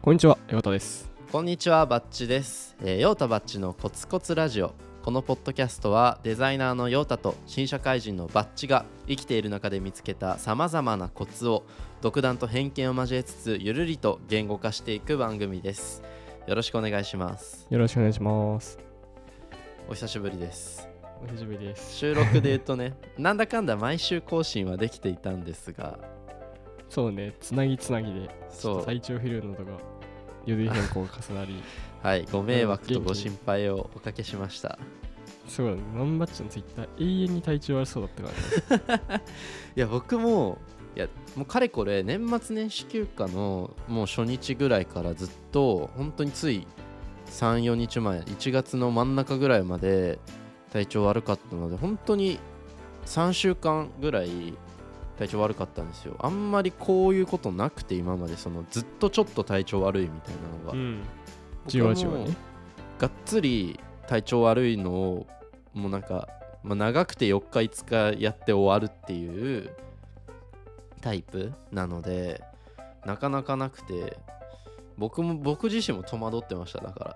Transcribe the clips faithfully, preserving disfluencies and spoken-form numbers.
こんにちは、ヨタです。 こんにちは、バッチです。えー、ヨータバッチのコツコツラジオ。このポッドキャストはデザイナーのヨータと新社会人のバッチが生きている中で見つけたさまざまなコツを独断と偏見を交えつつゆるりと言語化していく番組です。よろしくお願いします。 よろしくお願いします。 お久しぶりです。 お久しぶりです。 収録で言うとねなんだかんだ毎週更新はできていたんですが、 そうね、つなぎつなぎでそう体調不良のとか予定変更が重なりはいご迷惑とご心配をおかけしました。 そうだね、マンバッチのツイッター永遠に体調悪そうだったからねいや僕もいやもうかれこれ年末年始休暇のもう初日ぐらいからずっと本当についさん、よにちまえいちがつの真ん中ぐらいまで体調悪かったので、本当にさんしゅうかんぐらい体調悪かったんですよ。あんまりこういうことなくて、今までそのずっとちょっと体調悪いみたいなのが、 うん、じわじわねがっつり体調悪いのをもうなんか、まあ、長くてよっかいつかやって終わるっていうタイプなのでなかなかなくて、僕も僕自身も戸惑ってました。だから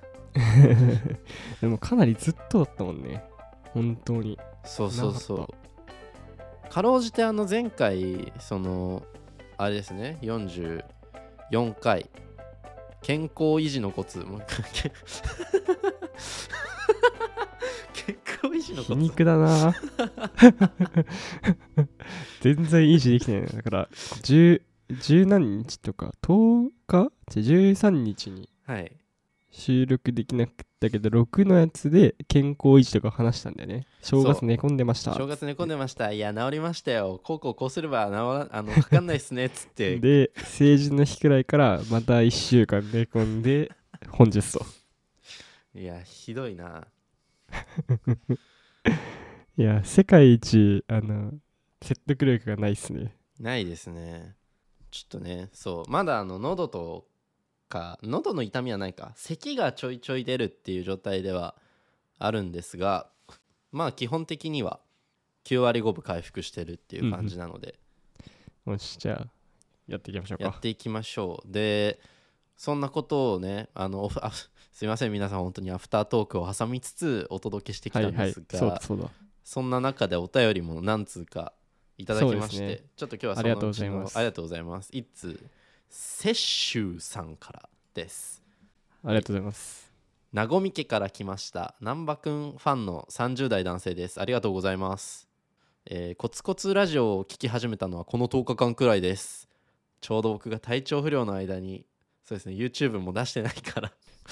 でもかなりずっとだったもんね、本当に。 そうそうそう、かろうじてあの前回そのあれですね、よんじゅうよんかい健康維持のコツもう健康維持のコツ皮肉だな全然維持できてない。だから10、十何日とかとおかじゃじゅうさんにちにはい収録できなかったけどろくのやつで健康維持とか話したんだよね。正月寝込んでました。 正月寝込んでました。いや治りましたよ、こうこうこうすれば治らあのかかんないっすねっつってで成人の日くらいからまたいっしゅうかん寝込んで本日と。 いやひどいな。 いや世界一あの説得力がないっすね。 ないですね。ちょっとね、そうまだあの喉とか喉の痛みはないか、咳がちょいちょい出るっていう状態ではあるんですが、まあ基本的にはきゅうわりごぶ回復してるっていう感じなので、 うんうん、よしじゃあやっていきましょうか。 やっていきましょう。でそんなことをね、あのあすいません皆さん、本当にアフタートークを挟みつつお届けしてきたんですが、 はいはい、そうだそうだ。 そんな中でお便りも何通かいただきまして、ね、ちょっと今日はそのうちのありがとうございます。 ありがとうございます。一通雪舟さんからです。 ありがとうございます。 なごみ家から来ました南波くんファンのさんじゅう代男性です。ありがとうございます。えー、コツコツラジオを聞き始めたのはこのとおかかんくらいです。ちょうど僕が体調不良の間にそうですね YouTube も出してないから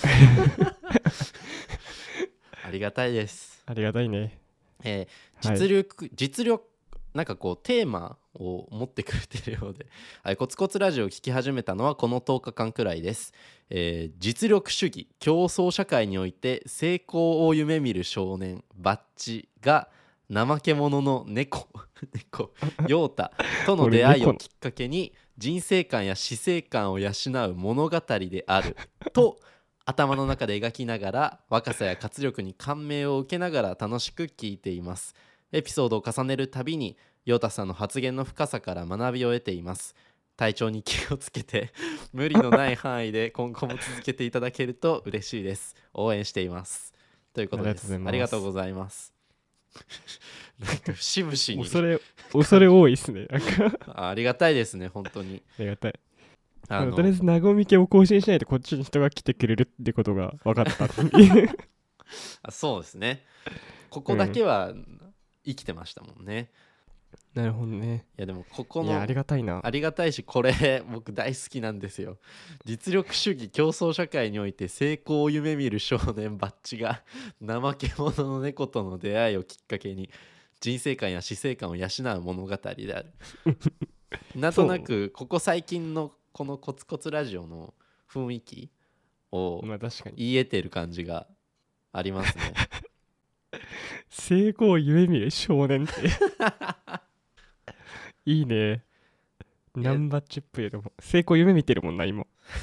ありがたいです。 ありがたいね。 えー、実力、はい、実力なんかこうテーマを持ってくれてるようで、はい、コツコツラジオを聞き始めたのはこのとおかかんくらいです。えー、実力主義競争社会において成功を夢見る少年バッチが怠け者の猫猫ヨータとの出会いをきっかけに人生観や死生観を養う物語であると頭の中で描きながら若さや活力に感銘を受けながら楽しく聞いています。エピソードを重ねるたびにヨータさんの発言の深さから学びを得ています。体調に気をつけて無理のない範囲で今後も続けていただけると嬉しいです。応援していますということです。ありがとうございます。なんか節々に恐れ恐れ多いですねありがたいですね、本当にありがたい。 あのとりあえずなごみ家を更新しないとこっちに人が来てくれるってことが分かったあそうですね、ここだけは生きてましたもんね、 うん、なるほどね。 いやでもここのいやありがたいな。 ありがたいし、これ僕大好きなんですよ。実力主義競争社会において成功を夢見る少年バッチが怠け者の猫との出会いをきっかけに人生観や死生観を養う物語であるなんとなくここ最近のこのコツコツラジオの雰囲気を言い得てる感じがありますね。 成功を夢見る少年っていいね。ナンバッチっぽいでも成功夢見てるもんな今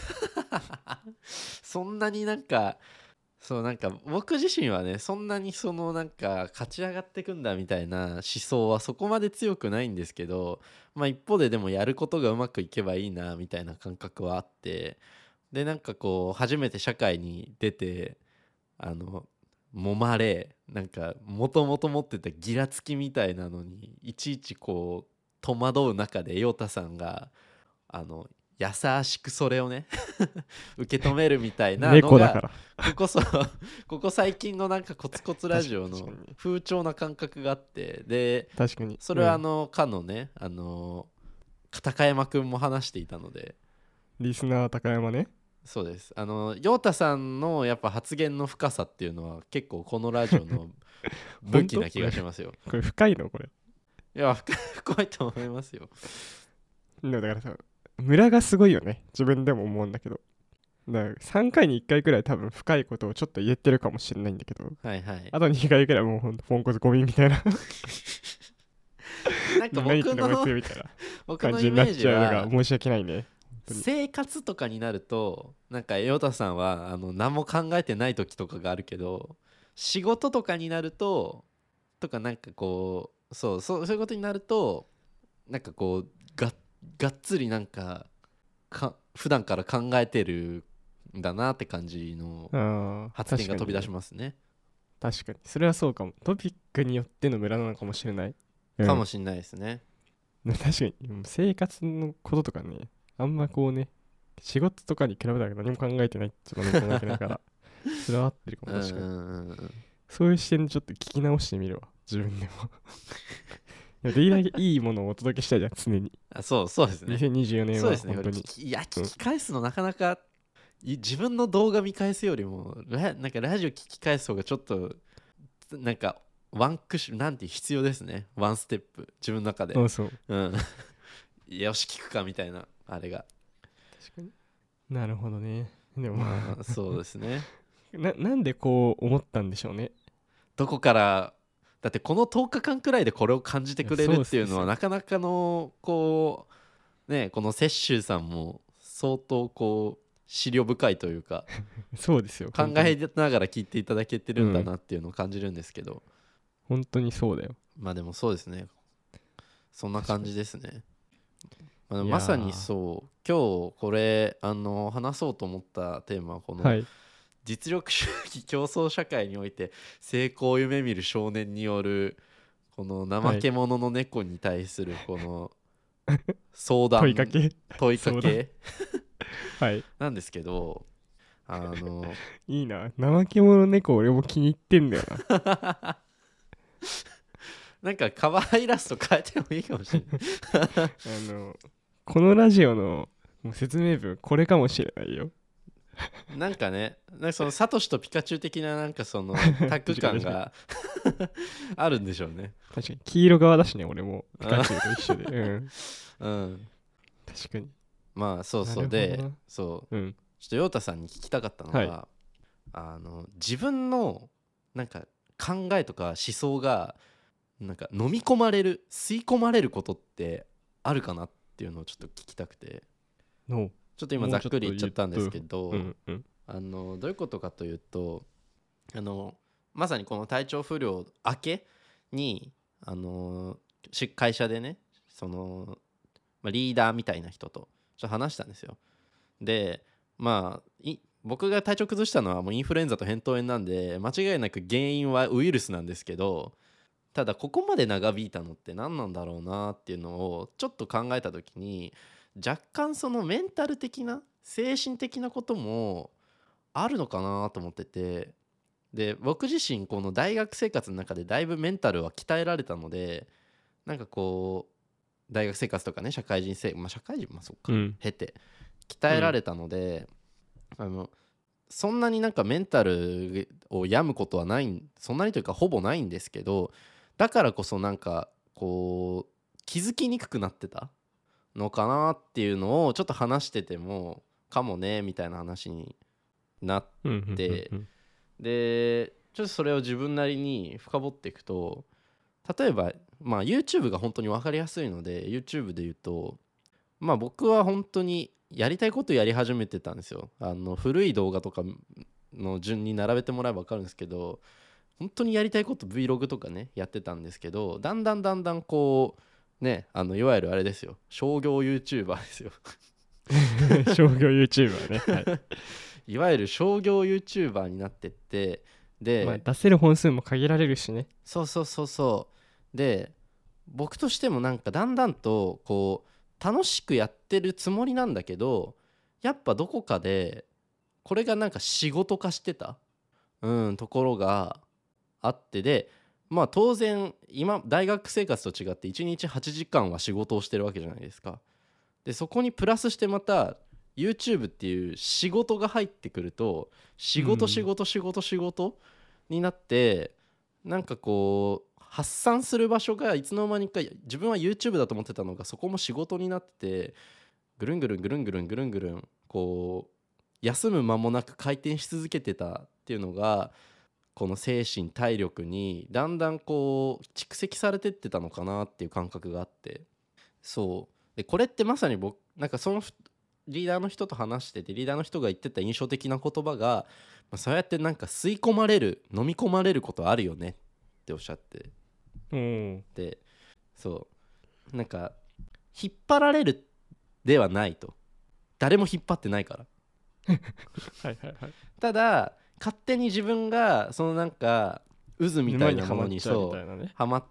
そんなになんかそうなんか僕自身はね、そんなにそのなんか勝ち上がってくんだみたいな思想はそこまで強くないんですけど、まあ一方ででもやることがうまくいけばいいなみたいな感覚はあって、 でなんかこう初めて社会に出てあの揉まれなんかもともと持ってたギラつきみたいなのにいちいちこう戸惑う中で陽太さんがあの優しくそれをね受け止めるみたいなのが猫だからここそここ最近のなんかコツコツラジオの確かに風潮な感覚があってで確かにそれはあうんのかのねあの高山くんも話していたのでリスナー高山ねそうですあの陽太さんのやっぱ発言の深さっていうのは結構このラジオの武器な気がしますよこれ深いのこれいや深い深いと思いますよでもだからさ村がすごいよね自分でも思うんだけどだからさんかいにいっかいくらい多分深いことをちょっと言えてるかもしれないんだけどはいはいあとにかいくらいもうほんとポンコツゴミみたいななんか何言って僕のんだこいつみたいな僕のイ感じになメージっちゃうのはが申し訳ないね当に生活とかになるとなんか陽太さんはあの何も考えてない時とかがあるけど仕事とかになるととかなんかこうそうそうそういうことになるとなんかこうががっつりなんかか普段から考えてるんだなって感じのあ発言が飛び出しますね。 確かにそれはそうかもトピックによっての村なのかもしれない、うん、 かもしんないですね。 確かにうん生活のこととかねあんまこうね仕事とかに比べたら何も考えてないって何も考えてないからそれは合ってるかうんうも確かに、 んうんうんそういう視点でちょっと聞き直してみるわ自分でもでもできるだけいいものをお届けしたいじゃん常にあそうそうですね。 にせんにじゅうよねんそうですね。 は本当に、 これ聞きいや聞き返すのなかなかい自分の動画見返すよりもラなんかラジオ聞き返す方がちょっとなんかワンクッションなんて必要ですね。ワンステップ自分の中で。 そうそううんよし聞くかみたいなあれが確かになるほどねでもままあそうですね。 あななんでこう思ったんでしょうねどこからだってこのとおかかんくらいでこれを感じてくれるっていうのはそうなかなかのこうねこの雪舟さんも相当こう資料深いというかそうですよ考本当にえながら聞いていただけてるんだなっていうのを感じるんですけど、 本当にそうだよまあでもそうですねそんな感じですね、まあ、でもいやーまさにそう今日これあの話そうと思ったテーマはこの、 はい実力主義競争社会において成功を夢見る少年によるこの怠け者の猫に対するこの相談問いかけ問いかけはいなんですけどあのいいな怠け者猫俺も気に入ってんだよななんかカバーイラスト変えてもいいかもしれないあのこのラジオのもう説明文これかもしれないよなんかねなんかそのサトシとピカチュウ的ななんかそのタッグ感があるんでしょうね確かに黄色側だしね俺もピカチュウと一緒でうんうん確かにまあそうそうなるほどなでそううんちょっと陽太さんに聞きたかったのが、 はいあの自分のなんか考えとか思想がなんか飲み込まれる吸い込まれることってあるかなっていうのをちょっと聞きたくてのちょっと今ざっくり言っちゃったんですけど、 うんうんあのどういうことかというとあのまさにこの体調不良明けにあのし会社でねその、まあ、リーダーみたいな人とちょっと話したんですよ。でまあい僕が体調崩したのはもうインフルエンザと扁桃炎なんで間違いなく原因はウイルスなんですけどただここまで長引いたのって何なんだろうなっていうのをちょっと考えた時に若干そのメンタル的な精神的なこともあるのかなと思っててで僕自身この大学生活の中でだいぶメンタルは鍛えられたのでなんかこう大学生活とかね社会人生まあ社会人まあそうか、 うん経て鍛えられたので、あのそんなになんかメンタルを病むことはないそんなにというかほぼないんですけどだからこそなんかこう気づきにくくなってたのかなっていうのをちょっと話しててもかもねみたいな話になっうんうんうんてうんでちょっとそれを自分なりに深掘っていくと例えばまあ YouTube が本当に分かりやすいので YouTube で言うとまあ僕は本当にやりたいことやり始めてたんですよ。あの古い動画とかの順に並べてもらえば分かるんですけど本当にやりたいこと Vlog とかねやってたんですけどだんだんだんだんこうねあのいわゆるあれですよ商業 YouTuber ですよ商業 YouTuber ね、はい、 いわゆる商業 YouTuber になってって、で、 まあ、出せる本数も限られるしね。 そうそうそうそうで、僕としてもなんかだんだんとこう楽しくやってるつもりなんだけど、やっぱどこかでこれがなんか仕事化してた、うん、ところがあって、でまあ当然今大学生活と違っていちにちはちじかんは仕事をしてるわけじゃないですか。でそこにプラスしてまた YouTube っていう仕事が入ってくると、仕事仕事仕事仕事になって、なんかこう発散する場所がいつの間にか、自分は YouTube だと思ってたのがそこも仕事になってて、ぐるんぐるんぐるんぐるんぐるんぐるんこう休む間もなく回転し続けてたっていうのが、この精神体力にだんだんこう蓄積されてってたのかなっていう感覚があって、そうでこれってまさに僕なんかそのリーダーの人と話してて、リーダーの人が言ってた印象的な言葉が、まあ、そうやってなんか吸い込まれる飲み込まれることあるよねっておっしゃって、 うん、 でそうなんか引っ張られるではないと、誰も引っ張ってないからはいはいはい、 ただ勝手に自分がそのなんか渦みたいなものにそうハマって、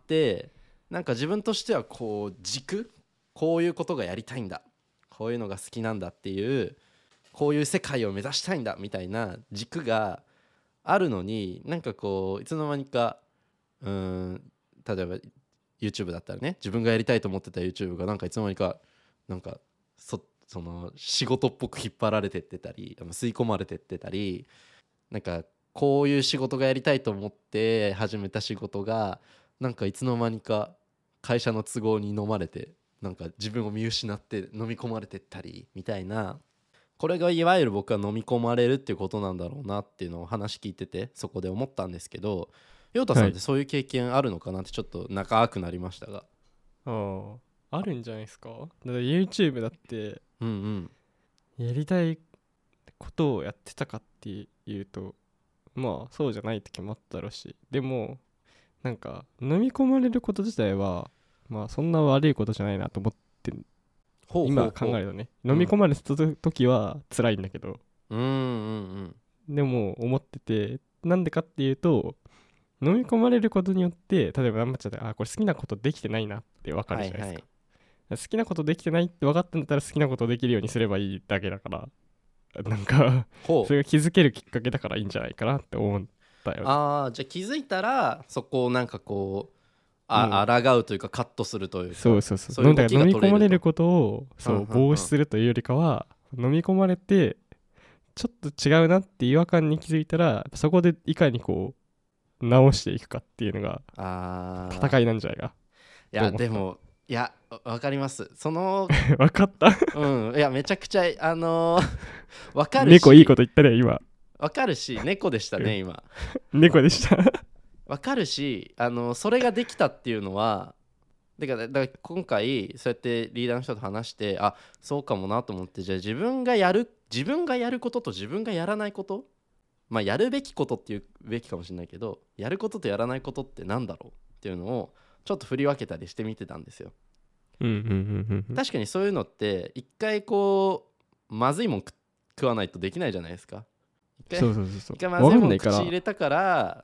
なんか自分としてはこう軸、こういうことがやりたいんだ、こういうのが好きなんだっていう、こういう世界を目指したいんだみたいな軸があるのに、なんかこういつの間にかうーん例えば YouTube だったらね、自分がやりたいと思ってた YouTube がなんかいつの間にかなんか そ, その仕事っぽく引っ張られてってたり吸い込まれてってたり、なんかこういう仕事がやりたいと思って始めた仕事がなんかいつの間にか会社の都合に飲まれて、なんか自分を見失って飲み込まれてったりみたいな、これがいわゆる僕は飲み込まれるっていうことなんだろうなっていうのを話聞いててそこで思ったんですけど、陽太さんってそういう経験あるのかなってちょっと長くなりましたが。 ああ、あるんじゃないですか。だから YouTube だってうんやりたいことをやってたかっていうと、まあそうじゃない時もあったろうし、でもなんか飲み込まれること自体はまあそんな悪いことじゃないなと思って、 ほうほうほう、 今考えるとね、飲み込まれてた時は辛いんだけど、 うんうんうんでも思ってて、なんでかっていうと、飲み込まれることによって例えば頑張っちゃって、あこれ好きなことできてないなって分かるじゃないですか、 はいはい、 好きなことできてないって分かったんだったら好きなことできるようにすればいいだけだから、なんかそれが気づけるきっかけだからいいんじゃないかなって思ったよ。 ああ、じゃあ気づいたらそこをなんかこうあ、うん、抗うというかカットするというか、 そうそうそう、そういう動きが取れると。飲み込まれることをそう、うんうんうん、防止するというよりかは、飲み込まれてちょっと違うなって違和感に気づいたら、そこでいかにこう直していくかっていうのが戦いなんじゃないか。 いやでもいやわかります、そのわかったうん、いやめちゃくちゃあのー、わかるし、 猫いいこと言ったね今。 わかるし、猫でしたね今猫でしたわかるし、あのそれができたっていうのはだから、だから今回そうやってリーダーの人と話して、あそうかもなと思って、じゃあ自分がやる自分がやることと自分がやらないこと、まあやるべきことっていうべきかもしれないけど、やることとやらないことってなんだろうっていうのをちょっと振り分けたりしてみてたんですよ。 うんうんうんうん、 確かにそういうのって一回こうまずいもん食わないとできないじゃないですか。一回、 そうそうそうそう、 一回まずいもん口入れたから、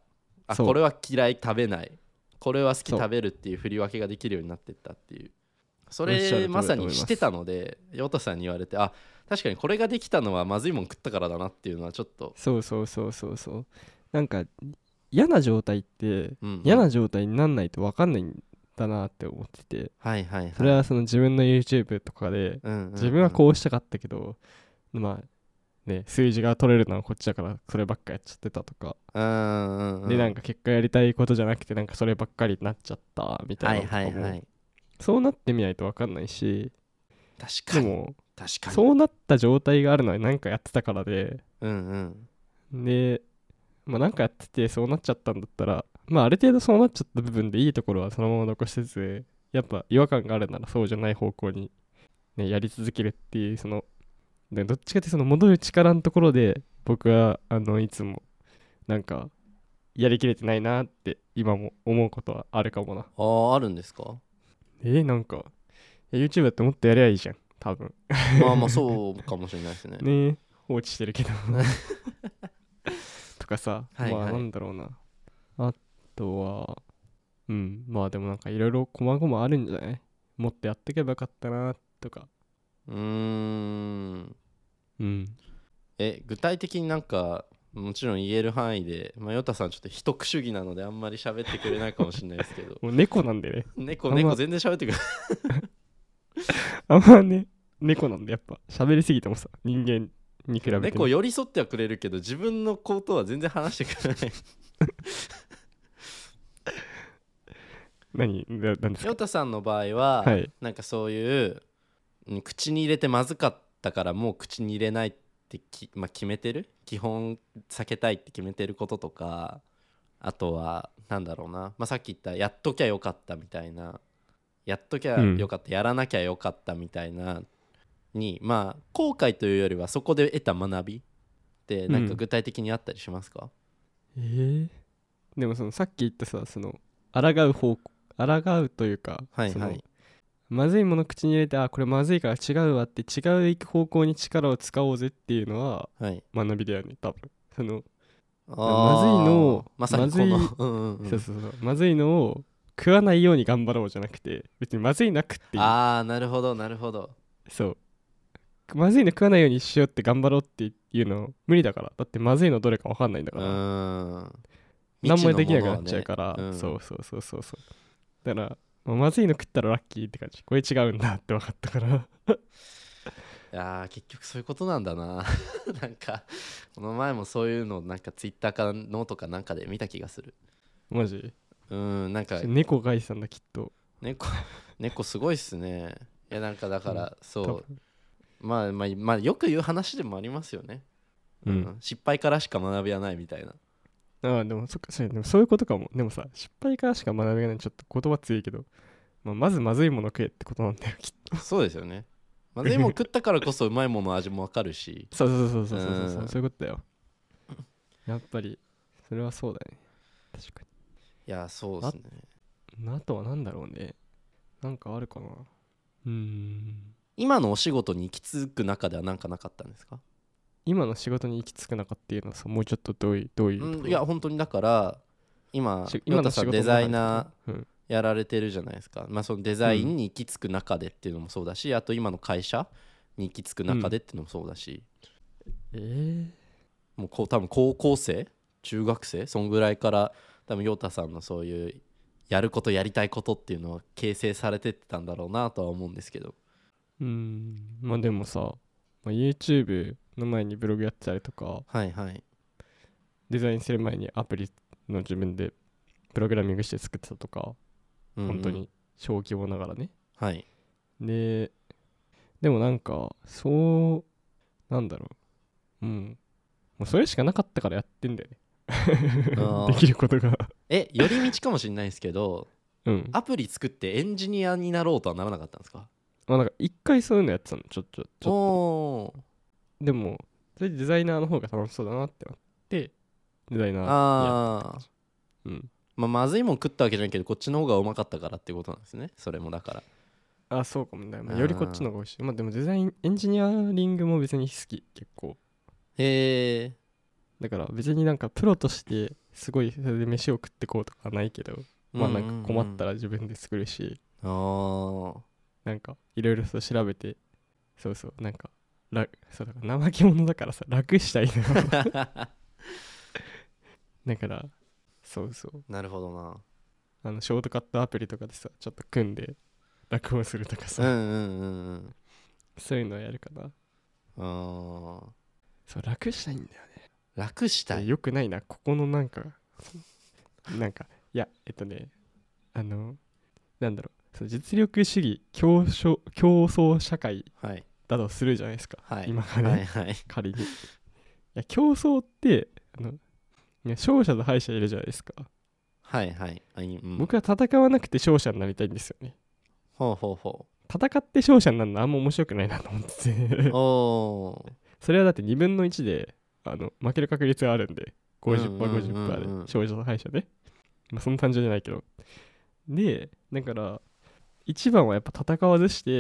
あこれは嫌い食べない、これは好き食べるっていう振り分けができるようになっていったっていう、それまさにしてたので、陽太さんに言われて、あ確かにこれができたのはまずいもん食ったからだなっていうのはちょっと、 そうそうそうそうそう、なんか嫌な状態って、うんうん、嫌な状態になんないと分かんないんだなって思ってて、 はいはいはい、 それはその自分の YouTube とかで、うんうんうん、自分はこうしたかったけどまあね数字が取れるのはこっちだからそればっかやっちゃってたとか、うんうんうん、でなんか結果やりたいことじゃなくてなんかそればっかりになっちゃったみたいなのとかも、はいはいはい、そうなってみないと分かんないし、 確かにでも確かにそうなった状態があるのは何かやってたからで、 うんうん、でまあなんかやっててそうなっちゃったんだったら、まあある程度そうなっちゃった部分でいいところはそのまま残しつつ、やっぱ違和感があるならそうじゃない方向に、ね、やり続けるっていう、そのでどっちかってその戻る力のところで僕はあのいつもなんかやりきれてないなって今も思うことはあるかもな。 ああ、あるんですか。 えー、なんか YouTube だってもっとやりゃいいじゃんっ多分まあまあそうかもしれないですね。 ねえ放置してるけどとかさ、 はいはいまあなんだろうな、あとはうんまあでもなんかいろいろ細々あるんじゃない、もっとやっていけばよかったなとか。 うーんうんえ具体的になんかもちろん言える範囲で、まあ、ヨタさんちょっと一口主義なのであんまり喋ってくれないかもしれないですけどもう猫なんでね猫あんま猫全然喋ってくれないあんまね猫なんでやっぱ喋りすぎてもさ人間に比べてね、 猫寄り添ってはくれるけど自分のことは全然話してくれない何ななんですか。 ヨタさんの場合は、 はい、 なんかそういううん口に入れてまずかったからもう口に入れないってき、まあ、決めてる基本避けたいって決めてることとか、あとはなんだろうな、まあ、さっき言ったやっときゃよかったみたいな、やっときゃよかった、うん、やらなきゃよかったみたいなに、まあ後悔というよりはそこで得た学びってなんか具体的にあったりしますか？ うん、えー、でもそのさっき言ったさ、その抗う方向抗うというか、 はいはい、 そのまずいもの口に入れて、あこれまずいから違うわって違う行く方向に力を使おうぜっていうのは学びだよね、多分。そのまずいのをまさにこのそうそうそうまずいのを食わないように頑張ろうじゃなくて、別にまずいなくっていい。 ああなるほどなるほど。 そうまずいの食わないようにしようって頑張ろうっていうの無理だから。だってまずいのどれか分かんないんだから、うーん何もできなくなっちゃうから、ね、うん、そうそうそうそうそうだから、まずいの食ったらラッキーって感じ。これ違うんだって分かったからいやー結局そういうことなんだななんかこの前もそういうのなんかツイッターかノートかなんかで見た気がする。 マジ？ うんなんか猫がいさんだきっと。 猫猫すごいっすね。いやなんかだから、うん、そうまあまあまあよく言う話でもありますよね、うんうん、失敗からしか学びはないみたいな。 ああでもそっか、そうでもそういうことかも。でもさ失敗からしか学びがない、ちょっと言葉強いけど、まあ、まずまずいもの食えってことなんだよきっと。 そうですよね。まずいもの食ったからこそうまいもの味もわかるしそうそうそうそうそうそうそう、うん、そういうことだよ。やっぱりそれはそうだね。確かに。 いやそうですね。 あ, あとはなんだろうね、なんかあるかな。うーん今のお仕事に行き着く中では何かなかったんですか？ 今の仕事に行き着く中っていうのはさ、もうちょっとどういうどういう、 うん、いや本当にだから今ヨタさんデザイナーやられてるじゃないですか、うん、まあそのデザインに行き着く中でっていうのもそうだし、うん、あと今の会社に行き着く中でっていうのもそうだし、 うん、えー、もうこう多分高校生中学生そんぐらいから多分ヨタさんのそういうやることやりたいことっていうのは形成されてってたんだろうなとは思うんですけど。 うーんまあでもさ、まあ、YouTube の前にブログやってたりとか、 はいはい、 デザインする前にアプリの自分でプログラミングして作ってたとか、うんうん、本当に小規模ながらね。 はいででもなんかそうなんだろう、うんもうそれしかなかったからやってんだよねできることがえ寄り道かもしれないですけど、 うん、 アプリ作ってエンジニアになろうとはならなかったんですか？ まあなんか一回そういうのやってたのちょっとちょっとおでもそれデザイナーの方が楽しそうだなってなってデザイナーああうんまあまずいもん食ったわけじゃないけどこっちの方がうまかったからっていうことなんですね。それもだからあそうかもね、まあ、よりこっちの方が美味しい。まあでもデザインエンジニアリングも別に好き結構。 へえ。 だから別になんかプロとしてすごいそれで飯を食ってこうとかはないけど、まあなんか困ったら自分で作るし、 うんうんうん、 あなんかいろいろと調べて、そうそうなんかそうだから怠け者だからさ楽したいのだからそうそうなるほどな。 あのショートカットアプリとかでさちょっと組んで楽をするとかさ、 うんうんうんうん、 そういうのはやるかな。あそう楽したいんだよね。 楽したいよくないなここのなんかなんかいやえっとねあのなんだろうその実力主義競争競争社会だとするじゃないですか、はい、今がね、はいはい、仮にいや競争ってあの勝者と敗者いるじゃないですか。 はいはい、うん、 僕は戦わなくて勝者になりたいんですよね。 ほうほうほう。 戦って勝者になるのあんま面白くないなと思ってておそれはだってにぶんのいちであの負ける確率があるんで ごじゅっパーセント、ごじゅっパーセント で勝者と敗者で、まあ、そんな単純じゃないけどでだから一番はやっぱ戦わずして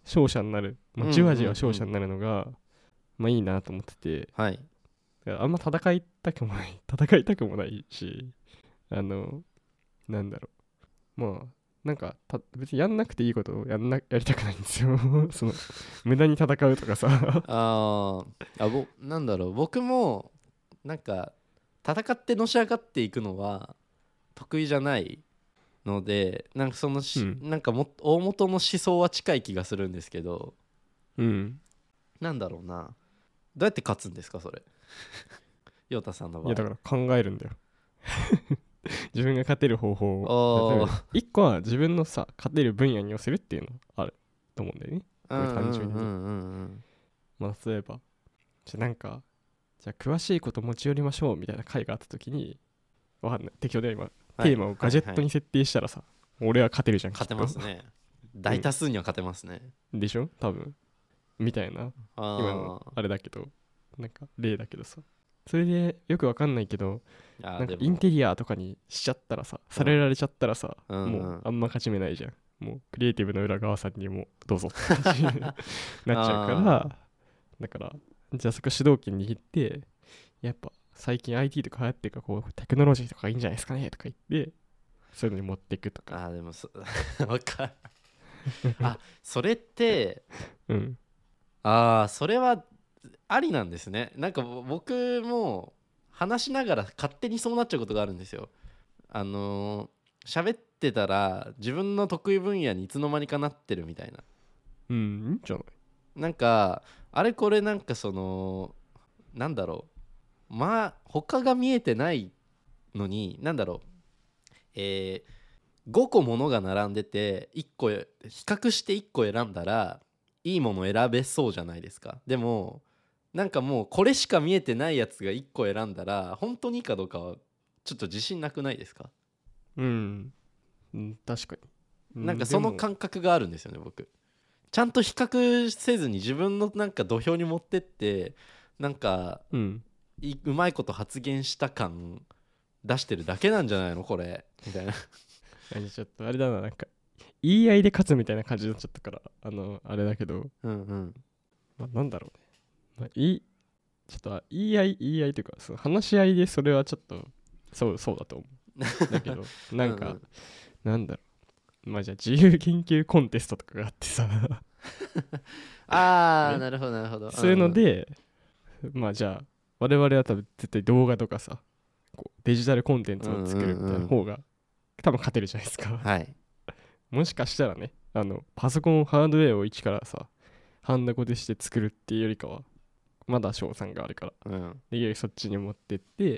勝者になる、まあ、じわじわ勝者になるのが、まあいいなと思ってて、 はい。 だからあんま戦いたくもない戦いたくもないし、あのなんだろう、まあなんかた別にやんなくていいことをやんなやりたくないんですよその無駄に戦うとかさあーあぼなんだろう、僕もなんか戦ってのし上がっていくのは得意じゃないので、なんかそのし、 うんなんかも大元の思想は近い気がするんですけど、 うんなんだろうな、どうやって勝つんですかそれ陽太さんの場合。 いやだから考えるんだよ自分が勝てる方法を。 おー一個は自分のさ勝てる分野に寄せるっていうのあると思うんだよね。これ単純に、 うんうんうんうんまあ例えばじゃあなんかじゃあ詳しいこと持ち寄りましょうみたいな回があった時に、わかんない適当で今はいテーマをガジェットに設定したらさ、俺は勝てるじゃん。 勝てますね。大多数には勝てますね。 でしょ多分みたいなあ今のあれだけど、なんか例だけどさ、それでよくわかんないけどあなんかインテリアとかにしちゃったらさ、されられちゃったらさ、 うんうんもうあんま勝ち目ないじゃん。もうクリエイティブの裏側さんにもどうぞって感じになっちゃうからだからじゃあそこ主導権握って、やっぱ最近 アイティー とか流行ってるからこうテクノロジーとかいいんじゃないですかねとか言ってそういうのに持っていくとか。 あーでもそわかるあ、それってうんああそれはありなんですね。なんかぼ僕も話しながら勝手にそうなっちゃうことがあるんですよ。あのー、喋ってたら自分の得意分野にいつの間にかなってるみたいな。 うん、いいんじゃない。 なんかあれこれなんかそのなんだろう、まあ他が見えてないのになんだろう、えーごこものが並んでていっこ比較していっこ選んだらいいもの選べそうじゃないですか。でもなんかもうこれしか見えてないやつがいっこ選んだら本当にいいかどうかはちょっと自信なくないですか？ うん、うん、確かに。うなんかそのでも感覚があるんですよね僕。ちゃんと比較せずに自分のなんか土俵に持ってってなんかうんいうまいこと発言した感出してるだけなんじゃないのこれみたいな。 あちょっとあれだな、なんか言い合いで勝つみたいな感じになっちゃったからあのあれだけど、 うんうんまあ、なんだろうね、まあ、いいちょっとあ言い合い言い合いというかその話し合いでそれはちょっとそうそうだと思うだけどなんかうんうんなんだろう、まあじゃあ自由研究コンテストとかがあってさねああなるほどなるほど。 そういうので、まあじゃあ我々は多分絶対動画とかさこうデジタルコンテンツを作るみたいな方が多分勝てるじゃないですか。 はいもしかしたらね、あのパソコンハードウェアを一からさハンダゴテして作るっていうよりかはまだ賞賛があるからうんできるそっちに持ってって、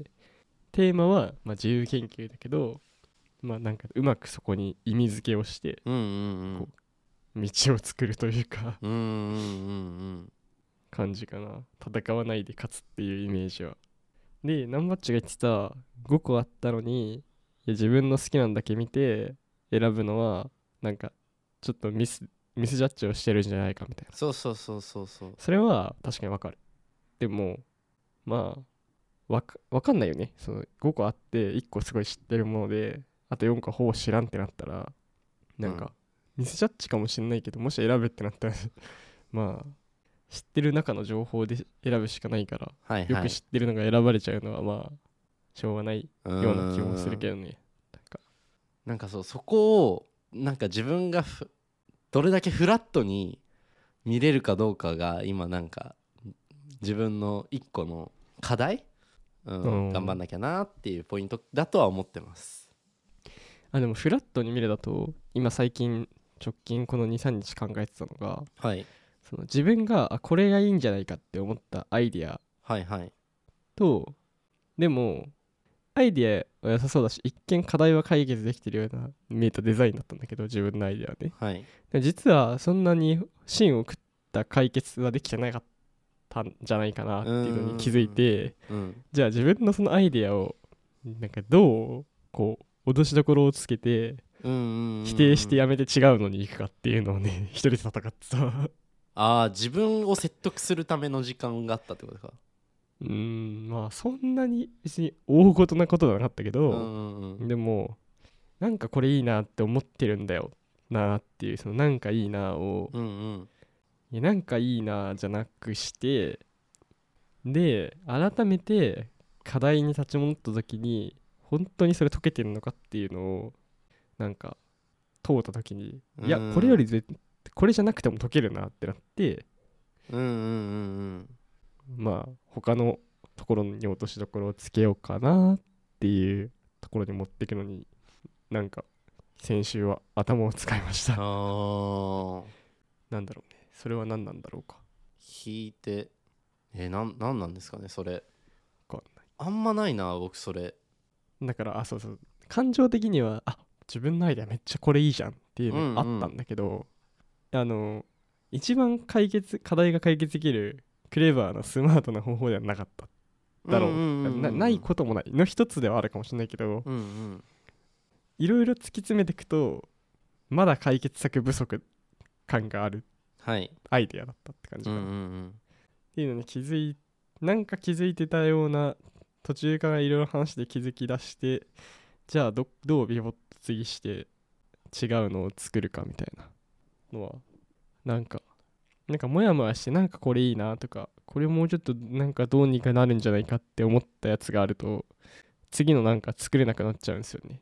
テーマはまあ自由研究だけど、まあなんかうまくそこに意味付けをしてうんうんこ道を作るというかうんうんうんうん感じかな。戦わないで勝つっていうイメージは。でナンバッチが言ってたごこあったのに、いや自分の好きなんだけ見て選ぶのはなんかちょっとミスミスジャッジをしてるんじゃないかみたいな。 そうそうそうそうそうそれは確かにわかる。でもまあわかわかんないよね。そのごこあっていっこすごい知ってるものであとよんこほぼ知らんってなったらなんか、ミスジャッジかもしんないけど、もし選ぶってなったらまあ知ってる中の情報で選ぶしかないから、 はいはいよく知ってるのが選ばれちゃうのはまあしょうがないよような気もするけどね。なんかなんかそうそこをなんか自分がふどれだけフラットに見れるかどうかが今なんか自分の一個の課題、うんうん頑張んなきゃなっていうポイントだとは思ってます。 あでもフラットに見れだと今最近直近このにさんにち考えてたのが、 はいその自分があこれがいいんじゃないかって思ったアイディアはいはいと、でもアイディアは良さそうだし一見課題は解決できてるような見えたデザインだったんだけど、自分のアイディアはねはいで実はそんなに芯を食った解決はできてなかったんじゃないかなっていうのに気づいて、 うんじゃあ自分のそのアイディアをなんかどうこう脅しどころをつけてうんうんうん否定してやめて違うのに行くかっていうのをね一人で戦ってたああ自分を説得するための時間があったってことか。 うーんまあそんなに別に大ごとなことはなかったけど、 うんうんうんでもなんかこれいいなって思ってるんだよなっていうそのなんかいいなをうんうんいやなんかいいなじゃなくして、で改めて課題に立ち戻った時に本当にそれ解けてるのかっていうのをなんか問うた時に、 うんいやこれよりぜこれじゃなくても解けるなってなって、 うんうんうんまあ他のところに落としどころをつけようかなっていうところに持っていくのに、なんか先週は頭を使いましうん。 た。 あーなんだろうね、それは何なんだろうか。 引いてえなんなんなんですかねそれ。 わかんない。 あんまないな僕それ。 だからあそうそう、感情的にはあ自分のアイデアめっちゃこれいいじゃんっていうのがあったんだけど、あの一番解決課題が解決できるクレバーなスマートな方法ではなかっただろう、 うんうんうんうんな、ないこともないの一つではあるかもしれないけど、 うんうんいろいろ突き詰めていくとまだ解決策不足感があるはいアイデアだったって感じうんかな、っうんうんていうのに気づいなんか気づいてたような、途中からいろいろ話して気づき出して、じゃあ ど, どうビボット次して違うのを作るかみたいなのはなんかなんかモヤモヤして、なんかこれいいなとか、これもうちょっとなんかどうにかなるんじゃないかって思ったやつがあると、次のなんか作れなくなっちゃうんですよね。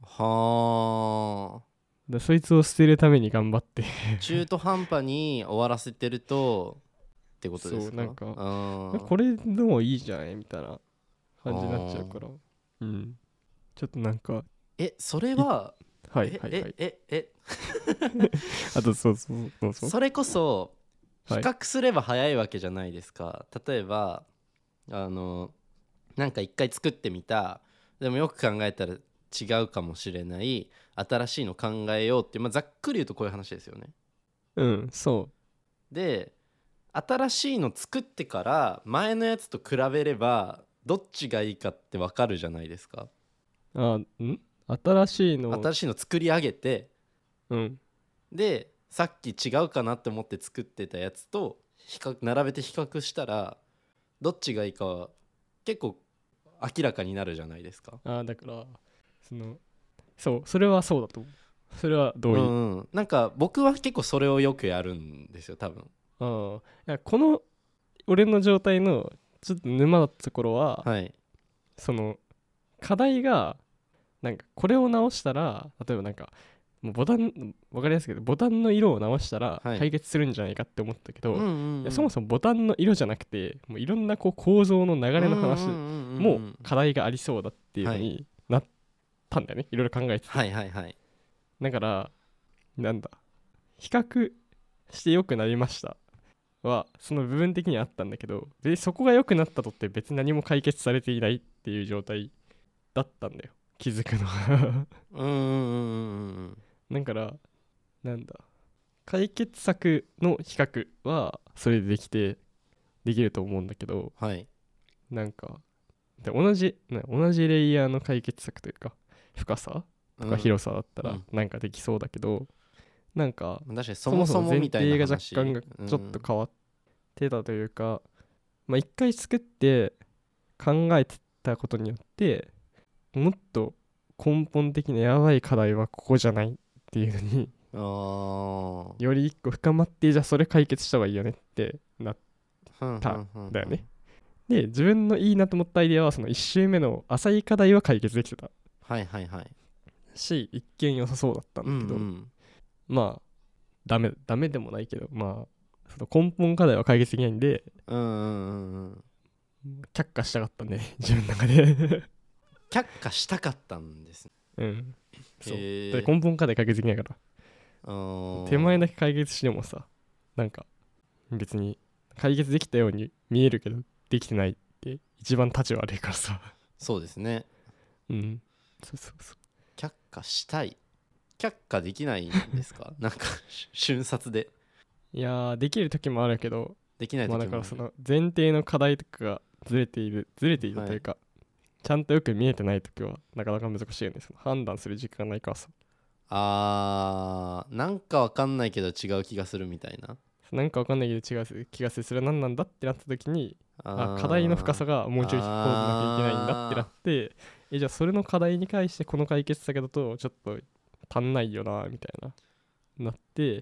はだそいつを捨てるために頑張ってあ中途半端に終わらせてるとってことですか。 そうなんかあーこれでもいいじゃないみたいな感じになっちゃうから、うんちょっとなんかえそれははいはいはい、 えええあとそうそうそうそう、 えそれこそ比はい較すれば早いわけじゃないですか。例えばあのなんか一回作ってみた、でもよく考えたら違うかもしれない新しいの考えようって、まあ、ざっくり言うとこういう話ですよね。 うんそで新しいの作ってから前のやつと比べればどっちがいいかって分かるじゃないですか。 うあん新しいの新しいの作り上げて、 うんでさっき違うかなって思って作ってたやつと比較並べて比較したらどっちがいいかは結構明らかになるじゃないですか。 あだからそのそうそれはそうだと思う。それは同意、 うんうん、なんか僕は結構それをよくやるんですよ多分。 ああいやこの俺の状態のちょっと沼だったところは、 はいその課題がなんかこれを直したら、例えばなんかもうボタン分かりやすいけどボタンの色を直したらはい解決するんじゃないかって思ったけど、 うんうんうんいやそもそもボタンの色じゃなくてもういろんなこう構造の流れの話も課題がありそうだっていうのになったんだよね、いろいろ考えてて、 はいはいはいだからなんだ比較して良くなりましたはその部分的にはあったんだけど、でそこが良くなったとって別に何も解決されていないっていう状態だったんだよ、気づくのはうんうんうんうんだからなんだ解決策の比較はそれでできてできると思うんだけど、 はいなんかで同じな同じレイヤーの解決策というか深さとか広さだったらうんなんかできそうだけど、なんか確かにそもそも前みたいな提が若話干がちょっと変わってたというか、まあ一回作って考えてたことによってもっと根本的なやばい課題はここじゃないっていうのにうんあより一個深まって、じゃあそれ解決した方がいいよねってなっあたんだよね。で自分のいいなと思ったアイデアはそのいち周目の浅い課題は解決できてたはいはいはいし一見良さそうだったんだけど、 うんうんまあダメダメでもないけど、まあその根本課題は解決できないんでうんうんうんうん却下したかったんで、ね、自分の中で却下したかったんですね。 うんそうへーだって根本課題解決できないからあー手前だけ解決してもさ、なんか別に解決できたように見えるけどできてないって一番立ち悪いからさそうですね。 うんそうそうそう却下したい却下できないんですかなんか瞬殺でいやーできる時もあるけど、 できない時もあるまあだからその前提の課題とかがずれているずれているというか、ちゃんとよく見えてない時はなかなか難しいよね、その判断する時間がないからさ。 あーなんかわかんないけど違う気がするみたいな。 なんかわかんないけど違う気がする、それは何なんだってなった時に、あー課題の深さがもうちょいこうなきゃいけないんだってなって、えじゃあそれの課題に対してこの解決策だとちょっと足んないよなみたいななって、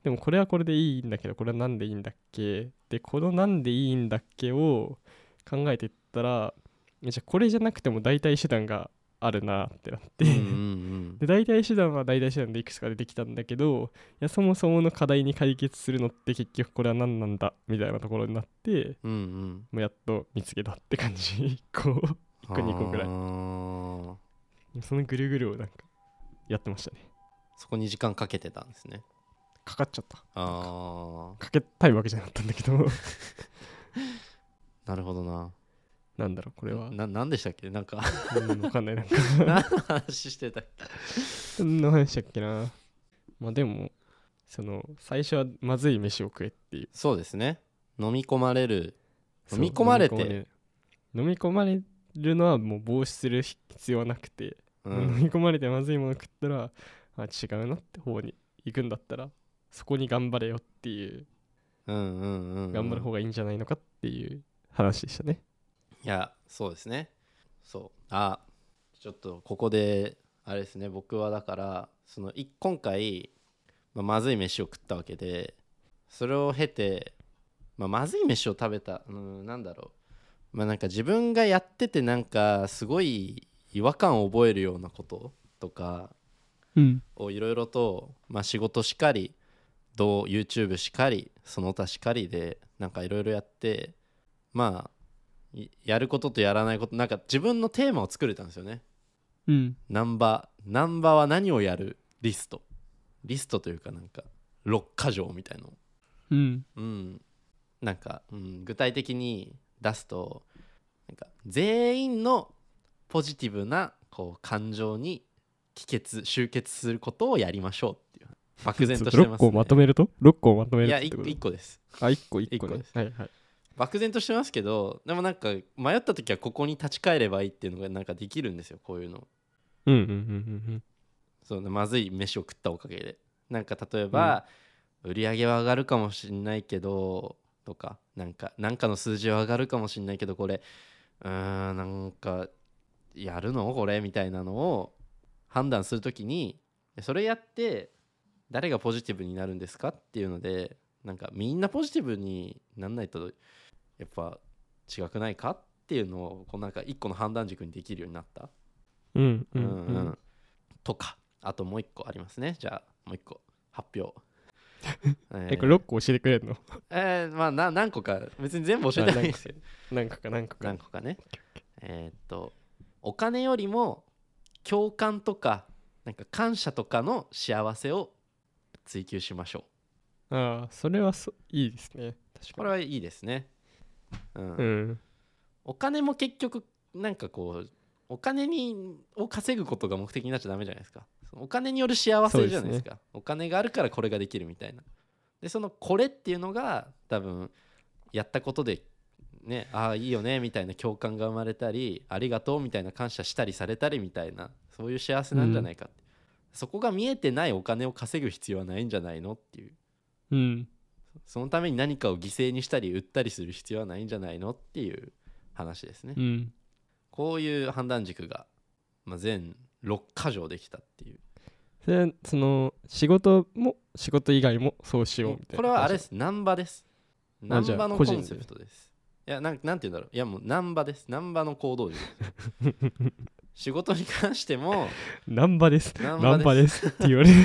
でもこれはこれでいいんだけどこれはなんでいいんだっけでこのなんでいいんだっけを考えていったらじゃあこれじゃなくても代替手段があるなってなってうんうんうんで代替手段は代替手段でいくつか出てきたんだけどいやそもそもの課題に解決するのって結局これは何なんだみたいなところになってうんうんもうやっと見つけたって感じいっこいっこにこぐらいあーそのぐるぐるをなんかやってましたね。 そこに時間かけてたんですね。 かかっちゃったあかけたいわけじゃなかったんだけどーなるほどな。 なんだろうこれはななんでしたっけなんかうんわかんないなんか何の話してたっけ。 何の話だっけな。まあでもその最初はまずい飯を食えっていうそうですね。飲み込まれるそう飲み込まれて飲み込まれ飲み込まれるのはもう防止する必要はなくて、 う飲んみ込まれてまずいもの食ったらあ違うなって方に行くんだったらそこに頑張れよっていううんうんうんうん頑張る方がいいんじゃないのかっていう話でしたね。 いやそうですね。そうあちょっとここであれですね。僕はだからそのい今回、まあ、まずい飯を食ったわけでそれを経て、まあ、まずい飯を食べたうんなんだろうまあなんか自分がやっててなんかすごい違和感を覚えるようなこととかうんをいろいろと、まあ、仕事しかりどう YouTube しかりその他しかりでなんかいろいろやってまあいやることとやらないことなんか自分のテーマを作れたんですよね。 うんナンバナンバは何をやるリストリストというかなんかろっか条みたいのうんうんなんか、うん、具体的に出すとなんか全員のポジティブなこう感情に帰結集結することをやりましょうっていう漠然としてますね。 ろっこをまとめるとろっこをまとめるいやってこといっこですあいっこいっこいっこですねはいはい漠然としてますけどでもなんか迷った時はここに立ち返ればいいっていうのがなんかできるんですよこういうの。 うんうんうんうんそうねまずい飯を食ったおかげでなんか例えば、売り上げは上がるかもしんないけどとかなんかなんかの数字は上がるかもしんないけどこれうーんなんかやるのこれみたいなのを判断するときにそれやって誰がポジティブになるんですかっていうのでなんかみんなポジティブになんないとやっぱ違くないかっていうのをこうなんか一個の判断軸にできるようになったうんううんんううんんとかあともう一個ありますね。じゃあもう一個発表ええこれろっこ教えてくれるのえーまあな何個か別に全部教えてないんですよ何個か何個か何個かねえーっとお金よりも共感とかなんか感謝とかの幸せを追求しましょああそれはそいいですね確かうこれはいいですね、うんにうんお金も結局なんかこうお金にを稼ぐことが目的になっちゃダメじゃないですか。そのお金による幸せじゃないですか。お金があるからこれができるみたいなでそのこれっていうのが多分やったことでねああいいよねみたいな共感が生まれたりありがとうみたいな感謝したりされたりみたいなそういう幸せなんじゃないかって、そこが見えてないお金を稼ぐ必要はないんじゃないのっていううんそのために何かを犠牲にしたり売ったりする必要はないんじゃないのっていう話ですね、 うんこういう判断軸が、まあ、全ろっか条できたっていうそれその仕事も仕事以外もそうしようみたいなこれはあれですナンバですナンじゃあバの個人でコンセプトですいやなんなんて言うんだろういやもうナンバですナンバの行動力仕事に関してもナンバですナンナンババでですすって言われる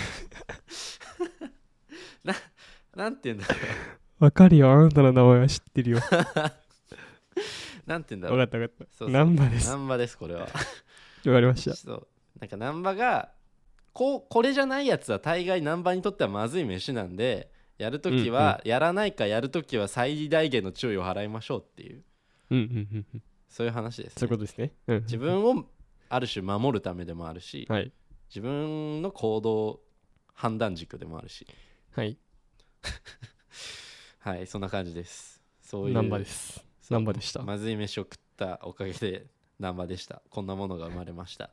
なんて言うんだろわかるよあなたの名前は知ってるようなんて言うんだろうわかったわかったそうそうナンバですわナンバですこれはかりましたそうなんかナンバがこうこれじゃないやつは大概ナンバにとってはまずい飯なんでやるときはやらないかやるときは最大限の注意を払いましょうっていううんうんうんうんそういう話ですねそういうことですねうん自分をある種守るためでもあるしはい自分の行動判断軸でもあるしはいはいそんな感じですそういうナンバですナンバでしたまずい飯を食ったおかげでナンバでしたこんなものが生まれました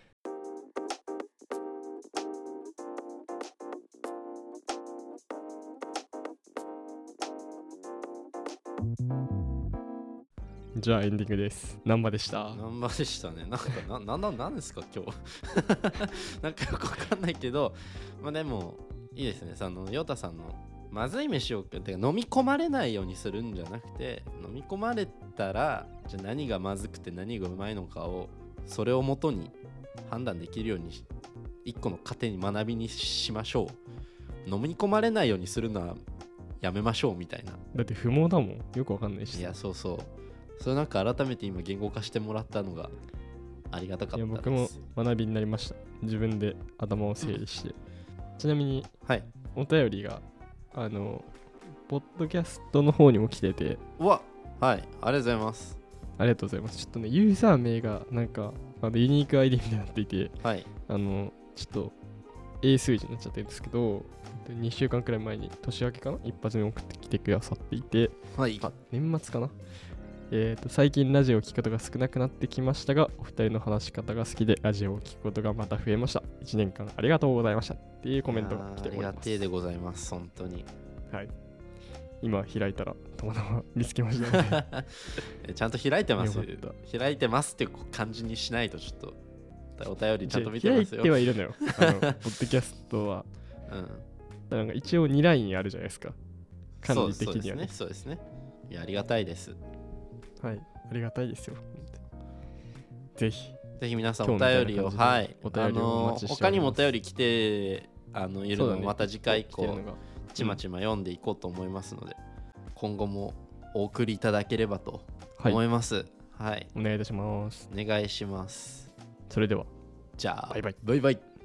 じゃあエンディングですナンバでしたナンバでしたねなんかななななんですか今日なんかよくわかんないけどまあでもいいですね。そのヨタさんのまずい飯をてか飲み込まれないようにするんじゃなくて、飲み込まれたらじゃあ何がまずくて何がうまいのかをそれをもとに判断できるように一個の糧に学びにしましょう。飲み込まれないようにするのはやめましょうみたいな。 だって不毛だもん、よくわかんないし。 いやそうそう、それなんか改めて今言語化してもらったのがありがたかったです。 いや僕も学びになりました。自分で頭を整理して、うん、ちなみに、 はい、 お便りがあのポッドキャストの方にも来てて、 うわ、はい、ありがとうございます。 ありがとうございます。ちょっとね、ユーザー名がなんかあのユニーク アイディー みたいになっていて、 はい、 あのちょっと英数字になっちゃってるんですけど、にしゅうかんくらい前に年明けかな、一発目送ってきてくださっていて、 はい、 あ、年末かな、えーと最近ラジオを聞くことが少なくなってきましたが、お二人の話し方が好きでラジオを聞くことがまた増えました。いちねんかんありがとうございましたっていうコメントが来ております。 ありがてえでございます、本当に。 はい。今開いたらたまたま見つけましたね。 ちゃんと開いてますよ。 よかっ開いてますって感じにしないとちょっとお便りちゃんと見てますよ。 開いてはいるのよ。あのポッドキャストは。うん。なんか一応にラインあるじゃないですか。管理的にはね。 そうですね。そうですね。いや、ありがたいです。 はい。ありがたいですよ。ぜひ。 ぜひ皆さんお便りを、はい。 お便りをお待ちしております。 あの他にもお便り来てあのいるのをまた次回以降、 ね、 ちまちま読んでいこうと思いますので、うん、今後もお送りいただければと思います。はい。はい、 お願いいたします。 お願いします。 それでは。 じゃあ、 バイバイ。 バイバイ。